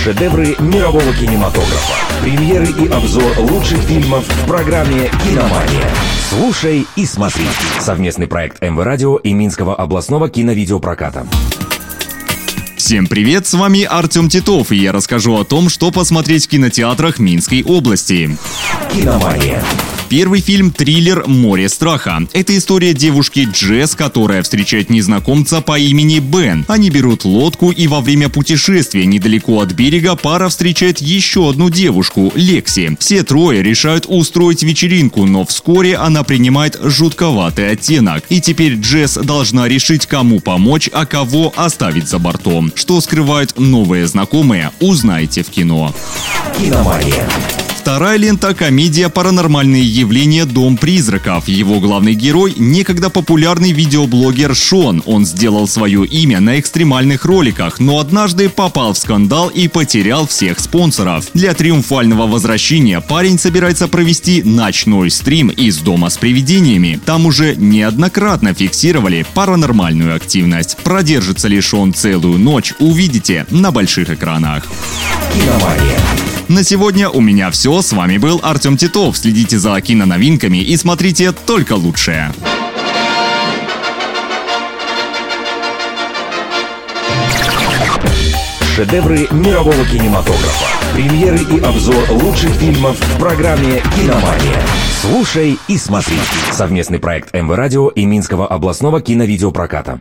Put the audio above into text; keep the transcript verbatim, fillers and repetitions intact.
Шедевры мирового кинематографа. Премьеры и обзор лучших фильмов в программе «Киномания». Слушай и смотри. Совместный проект эм вэ радио и Минского областного киновидеопроката. Всем привет, с вами Артем Титов, и я расскажу о том, что посмотреть в кинотеатрах Минской области. «Киномания». Первый фильм — триллер «Море страха». Это история девушки Джесс, которая встречает незнакомца по имени Бен. Они берут лодку, и во время путешествия недалеко от берега пара встречает еще одну девушку — Лекси. Все трое решают устроить вечеринку, но вскоре она принимает жутковатый оттенок. И теперь Джесс должна решить, кому помочь, а кого оставить за бортом. Что скрывают новые знакомые, узнаете в кино. «Киномания». Вторая лента — комедия «Паранормальные явления. Дом призраков». Его главный герой — некогда популярный видеоблогер Шон. Он сделал свое имя на экстремальных роликах, но однажды попал в скандал и потерял всех спонсоров. Для триумфального возвращения парень собирается провести ночной стрим из дома с привидениями. Там уже неоднократно фиксировали паранормальную активность. Продержится ли Шон целую ночь, увидите на больших экранах. «Киномания». На сегодня у меня все. С вами был Артем Титов. Следите за киноновинками и смотрите только лучшее. Шедевры мирового кинематографа. Премьеры и обзор лучших фильмов в программе «Киномания». Слушай и смотри. Совместный проект эм вэ радио и Минского областного киновидеопроката.